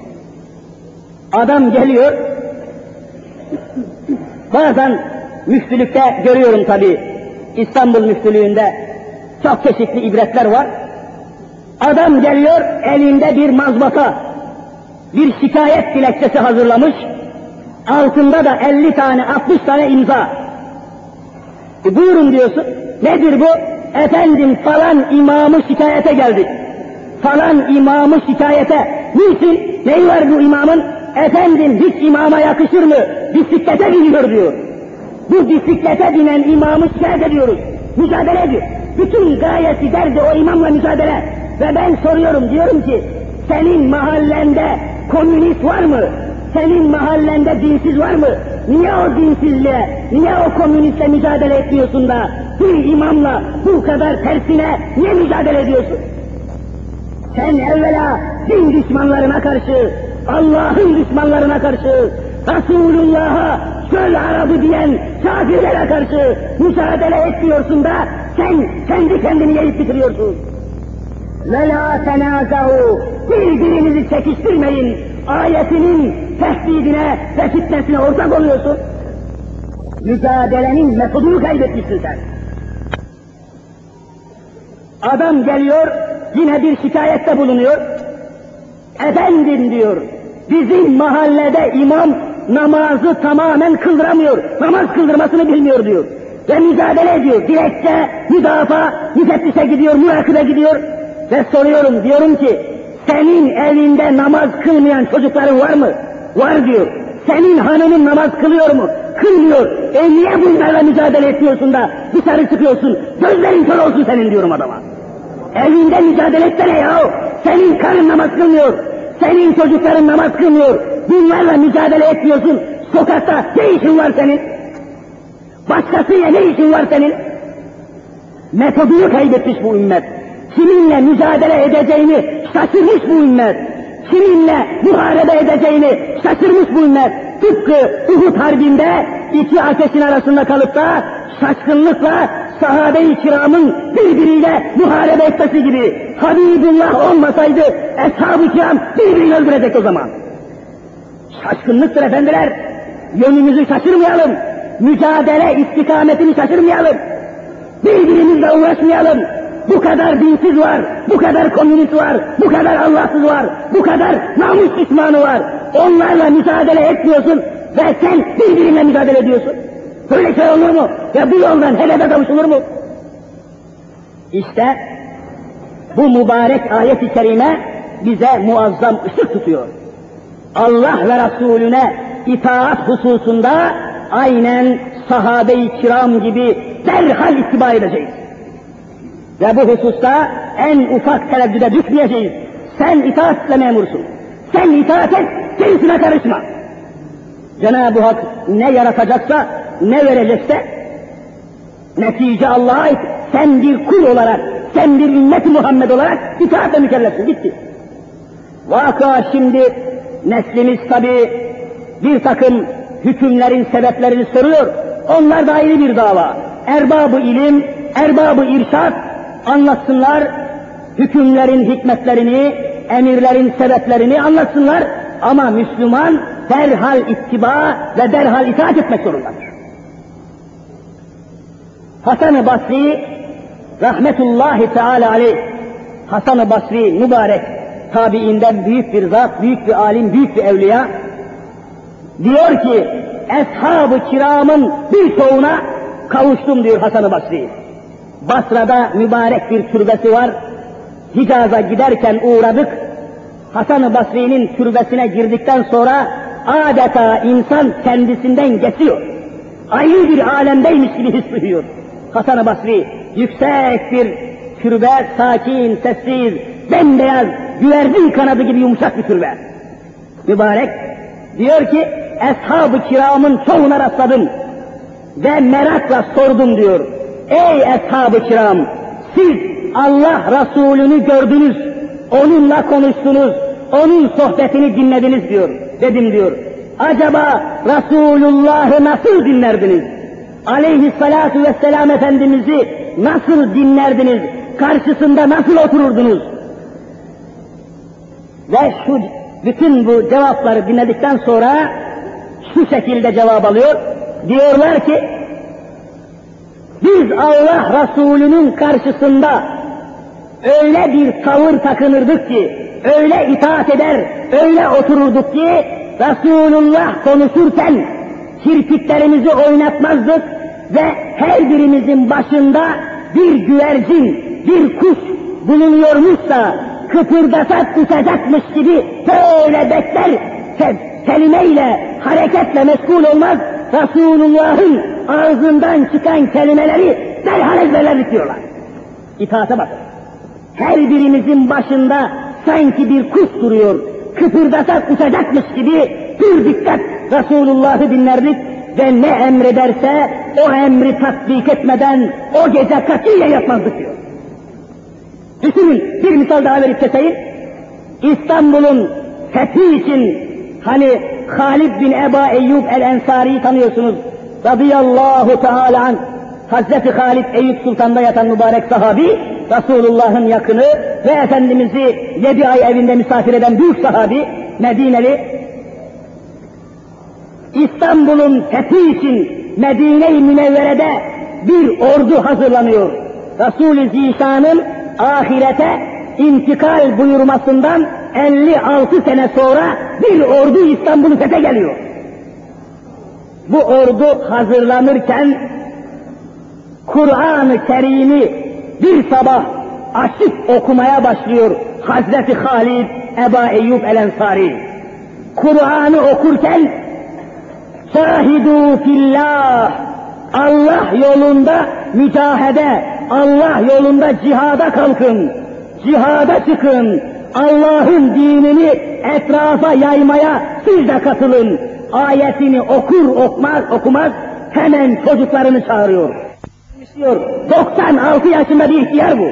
Adam geliyor, bazen müftülükte görüyorum tabi, İstanbul müftülüğünde çok çeşitli ibretler var. Adam geliyor, elinde bir mazbata, bir şikayet dilekçesi hazırlamış, altında da 50 tane, 60 tane imza. Buyurun diyorsun, nedir bu? Efendim falan imamı şikayete geldik. Falan imamı şikayete. Niçin? Neyi var bu imamın? Efendim hiç imama yakışır mı? Bisiklete biniyor diyor. Bu bisiklete binen imamı şikayet ediyoruz. Mücadele ediyor. Bütün gayesi derdi o imamla mücadele. Ve ben soruyorum, diyorum ki, senin mahallende komünist var mı? Senin mahallende dinsiz var mı? Niye o dinsizle, niye o komünistle mücadele etmiyorsun da bir imamla bu kadar tersine niye mücadele ediyorsun? Sen evvela din düşmanlarına karşı, Allah'ın düşmanlarına karşı, Resulullah'a şöyle Arabı diyen kafirlere karşı mücadele etmiyorsun da sen kendi kendini yiyip bitiriyorsun. وَلَا تَنَازَعُوا birbirinizi çekiştirmeyin ayetinin tehdidine ve fitnesine ortak oluyorsun. Mücadelenin metodunu kaybetmişsin sen. Adam geliyor, yine bir şikayette bulunuyor. Efendim diyor, bizim mahallede imam namazı tamamen kıldıramıyor, namaz kıldırmasını bilmiyor diyor. Ve mücadele ediyor, dilekçe, müdafaa, müfettişe gidiyor, mürakibe gidiyor. Ve soruyorum, diyorum ki, senin evinde namaz kılmayan çocukların var mı? Var diyor. Senin hanımın namaz kılıyor mu? Kılmıyor. Niye bunlarla mücadele etmiyorsun da dışarı çıkıyorsun? Gözlerin kör olsun senin diyorum adama. Evinde mücadele etsene yahu. Senin karın namaz kılmıyor. Senin çocukların namaz kılmıyor. Bunlarla mücadele etmiyorsun. Sokakta ne işin var senin? Başkasıyla ne işin var senin? Metodunu kaybetmiş bu ümmet. Kiminle mücadele edeceğini şaşırmış bu ümmet. Kiminle muharebe edeceğini şaşırmış bu ümmet. Tıpkı Uhud Harbi'nde iki ateşin arasında kalıp da şaşkınlıkla sahabe-i kiramın birbiriyle muharebe etmesi gibi. Habibullah olmasaydı ashab-ı kiram birbirini öldürecek o zaman. Şaşkınlıktır efendiler. Yönümüzü şaşırmayalım. Mücadele istikametini şaşırmayalım. Birbirimizle uğraşmayalım. Bu kadar dinsiz var, bu kadar komünist var, bu kadar Allahsız var, bu kadar namus düşmanı var. Onlarla mücadele etmiyorsun ve sen birbirine mücadele ediyorsun. Böyle şey olur mu? Ve bu yoldan hedefe kavuşulur mu? İşte bu mübarek ayet-i kerime bize muazzam ışık tutuyor. Allah ve Resulüne itaat hususunda aynen sahabe-i kiram gibi derhal ittiba edeceğiz. Ve bu hususta en ufak tereddüde düşmeyeceğiz. Sen itaatle memursun. Sen itaat et, gerisine karışma. Cenab-ı Hak ne yaratacaksa, ne verecekse, netice Allah'a ait. Sen bir kul olarak, sen bir ümmet-i Muhammed olarak itaatle mükellefsin, gitti. Vaka şimdi neslimiz tabi bir takım hükümlerin sebeplerini soruyor. Onlar da ayrı bir dava. Erbab-ı ilim, erbab-ı irşad anlatsınlar, hükümlerin hikmetlerini, emirlerin sebeplerini anlatsınlar ama Müslüman derhal ittiba ve derhal itaat etmek zorundadır. Hasan-ı Basri rahmetullahi teala aleyh, Hasan-ı Basri mübarek tabiinden büyük bir zat, büyük bir alim, büyük bir evliya diyor ki ashab-ı kiramın birçoğuna kavuştum diyor Hasan-ı Basri. Basra'da mübarek bir türbesi var. Hicaz'a giderken uğradık. Hasan-ı Basri'nin türbesine girdikten sonra adeta insan kendisinden geçiyor. Ayrı bir alemdeymiş gibi his duyuyor. Hasan-ı Basri yüksek bir türbe, sakin, sessiz, bembeyaz, güvercin kanadı gibi yumuşak bir türbe. Mübarek diyor ki ashab-ı kiramın çoğuna rastladım ve merakla sordum diyor. Ey ashab-ı kiram, siz Allah Resulü'nü gördünüz, onunla konuştunuz, onun sohbetini dinlediniz diyor, dedim diyor. Acaba Resulullah'ı nasıl dinlerdiniz? Aleyhissalatu vesselam Efendimiz'i nasıl dinlerdiniz? Karşısında nasıl otururdunuz? Ve şu bütün bu cevapları dinledikten sonra şu şekilde cevap alıyor. Diyorlar ki, biz Allah Resulü'nün karşısında öyle bir tavır takınırdık ki, öyle itaat eder, öyle otururduk ki, Resulullah konuşurken kirpiklerimizi oynatmazdık ve her birimizin başında bir güvercin, bir kuş bulunuyormuşsa, kıpırdasak uçacakmış gibi böyle bekler, kelimeyle, hareketle meşgul olmaz, Resulullah'ın ağzından çıkan kelimeleri derhal ezberlerdik diyorlar. İtaate bakın. Her birimizin başında sanki bir kuş duruyor, kıpırdasak uçacakmış gibi pür dikkat Resulullah'ı dinlerdik ve ne emrederse o emri tatbik etmeden o gece katiyen yatmazdık diyor. Düşünün, bir misal daha verip keseyim. İstanbul'un fethi için hani Halid bin Eba Eyyub el-Ensari'yi tanıyorsunuz. Radıyallahu teala anh. Hazreti Halid Eyüp Sultan'da yatan mübarek sahabi, Resulullah'ın yakını ve Efendimiz'i 7 ay evinde misafir eden büyük sahabi, Medineli. İstanbul'un fethi için Medine-i Münevvere'de bir ordu hazırlanıyor. Resul-i Zişan'ın ahirete intikal buyurmasından 56 sene sonra bir ordu İstanbul'u fethe geliyor. Bu ordu hazırlanırken Kur'an-ı Kerim'i bir sabah açıp okumaya başlıyor Hazreti Halid Eba Eyyub el-Ensari. Kur'an'ı okurken "Şahidû fillah", Allah yolunda mücahede, Allah yolunda cihada kalkın, cihada çıkın, Allah'ın dinini etrafa yaymaya siz de katılın. Ayetini okumaz hemen çocuklarını çağırıyor. 96 yaşında bir ihtiyar bu.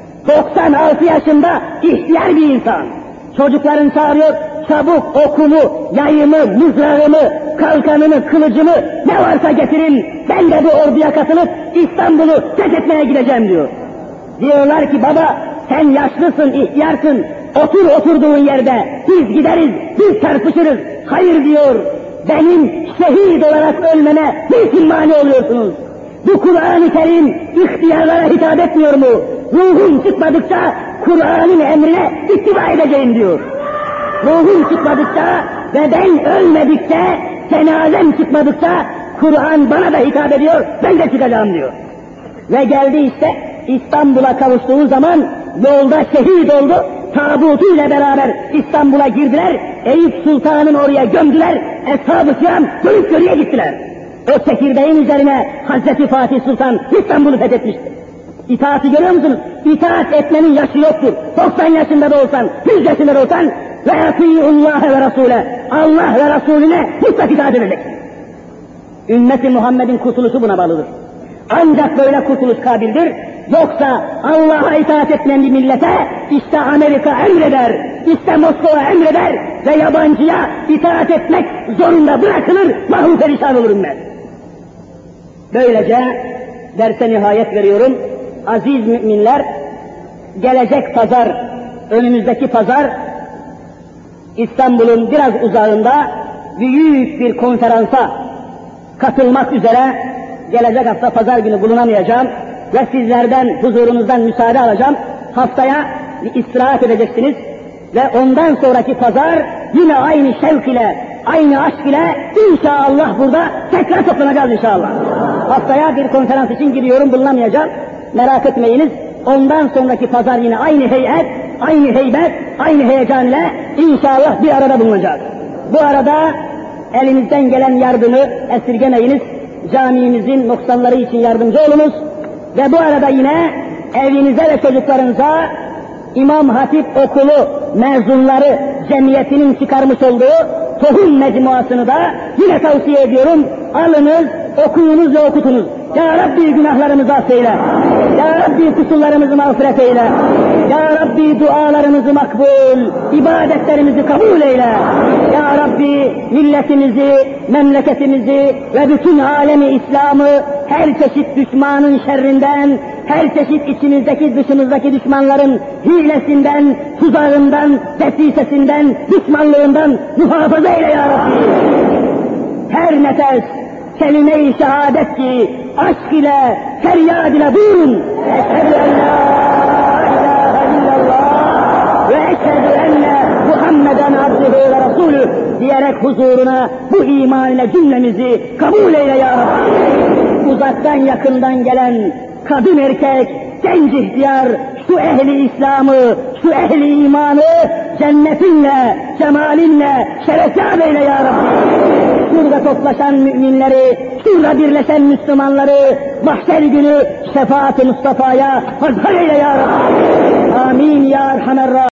96 yaşında ihtiyar bir insan. Çocuklarını çağırıyor, çabuk okumu, yayımı, mızrağımı, kalkanımı, kılıcımı ne varsa getirin, ben de bu orduya katılıp İstanbul'u fethetmeye gideceğim diyor. Diyorlar ki baba sen yaşlısın, ihtiyarsın, otur oturduğun yerde, biz gideriz, biz çarpışırız. Hayır diyor, benim şehit olarak ölmeme niçin mani oluyorsunuz? Bu Kur'an-ı Kerim ihtiyarlara hitap etmiyor mu? Ruhum çıkmadıkça Kur'an'ın emrine ittiba edeceğim diyor. Ruhum çıkmadıkça ve ben ölmedikçe, cenazem çıkmadıkça Kur'an bana da hitap ediyor, ben de çıkacağım diyor. Ve geldi işte İstanbul'a kavuştuğu zaman yolda şehit oldu, tabutuyla beraber İstanbul'a girdiler, Eyüp Sultan'ın oraya gömdüler, Eshab-ı Kiram dönüp görüye gittiler. O çekirdeğin üzerine Hazreti Fatih Sultan İstanbul'u fethetmişti. İtaati görüyor musunuz? İtaat etmenin yaşı yoktur. 90 yaşında da olsan, 100 yaşında da olsan ve yatî'ullâhe ve rasûle, Allah ve Resulüne mutlak itaat edeceksin. Ümmeti Muhammed'in kurtuluşu buna bağlıdır. Ancak böyle kurtuluş kabildir. Yoksa Allah'a itaat etmeyen bir millete işte Amerika emreder, işte Moskova emreder ve yabancıya itaat etmek zorunda bırakılır, mahrum perişan olur ümmet. Böylece derse nihayet veriyorum. Aziz müminler, gelecek pazar, önümüzdeki pazar İstanbul'un biraz uzağında büyük bir konferansa katılmak üzere gelecek hafta pazar günü bulunamayacağım ve sizlerden, huzurunuzdan müsaade alacağım. Haftaya bir istirahat edeceksiniz ve ondan sonraki pazar yine aynı şevk ile, aynı aşk ile inşallah burada tekrar toplanacağız inşallah. Haftaya bir konferans için gidiyorum, bulunamayacağım. Merak etmeyiniz. Ondan sonraki pazar yine aynı heyet, aynı heybet, aynı heyecan ile inşallah bir arada bulunacağız. Bu arada elinizden gelen yardımı esirgemeyiniz. Camimizin noksanları için yardımcı olunuz. Ve bu arada yine evinize ve çocuklarınıza İmam Hatip Okulu mezunları cemiyetinin çıkarmış olduğu tohum mecmuasını da yine tavsiye ediyorum. Alınız, okuyunuz ve okutunuz. Ya Rabbi günahlarımızı affeyle. Ya Rabbi kusurlarımızı mağfiret eyle. Ya Rabbi dualarımızı makbul, ibadetlerimizi kabul eyle. Ya Rabbi milletimizi, memleketimizi ve bütün alemi İslam'ı her çeşit düşmanın şerrinden, her çeşit içimizdeki dışımızdaki düşmanların hilesinden, tuzağından, desisesinden, düşmanlığından muhafaza eyle ya Rabbi. Her nefes kelime-i şehadet ki aşk ile, feryad ile buyurun. Eşhedü en la ilahe illallah ve eşhedü enne Muhammeden abdühü ve rasulü diyerek huzuruna bu iman ile cümlemizi kabul eyle ya Rabbi. Uzaktan yakından gelen kadın erkek, genç ihtiyar, şu ehli İslam'ı, şu ehli imanı cennetinle, cemalinle şerefyab eyle ya Rabbi. Şurada toplaşan müminleri, şurada birleşen Müslümanları mahşer günü şefaat-i Mustafa'ya hazır eyle ya Rabbi. Amin ya Erhamer Rahim.